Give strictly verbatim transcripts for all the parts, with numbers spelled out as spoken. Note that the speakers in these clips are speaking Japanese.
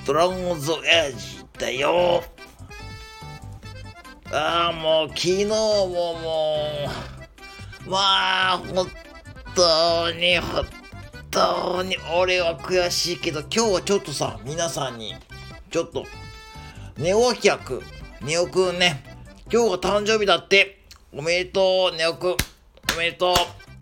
ドラゴンズエージだよ。ああ、もう昨日ももう、まあ、本当に本当に俺は悔しいけど、今日はちょっとさ、皆さんに、ちょっと、ネオキャくん、ネオくんね、今日が誕生日だって。おめでとう、ネオくん。おめでとう。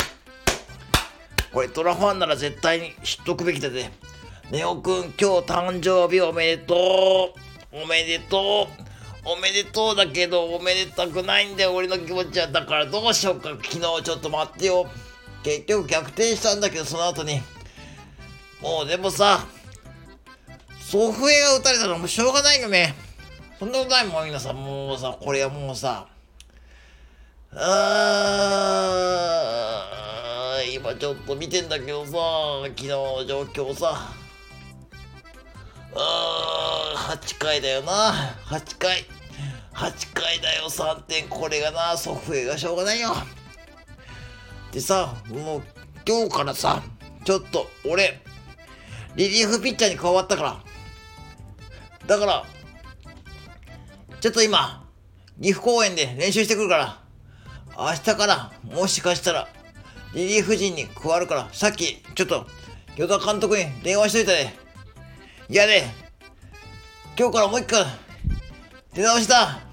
これドラファンなら絶対に知っとくべきだぜ。ネオくん、今日誕生日おめでとう。おめでとう。おめでとうだけど、おめでたくないんだよ、俺の気持ちは。だからどうしようか、昨日ちょっと待ってよ。結局逆転したんだけど、その後に。もうでもさ、祖父江が打たれたのもしょうがないよね。そんなことないもん、みんなさ、もうさ、これはもうさ、あー、今ちょっと見てんだけどさ、昨日の状況さ、あー、はちかいだよな、はちかい。はちかいだよ、さんてん、これがな、祖父江がしょうがないよ。でさ、もう今日からさ、ちょっと俺、リリーフピッチャーに加わったから。だから、ちょっと今、岐阜公園で練習してくるから、明日からもしかしたらリリーフ陣に加わるから、さっきちょっと与田監督に電話しといたで。いやね、今日からもう一回出直しだ。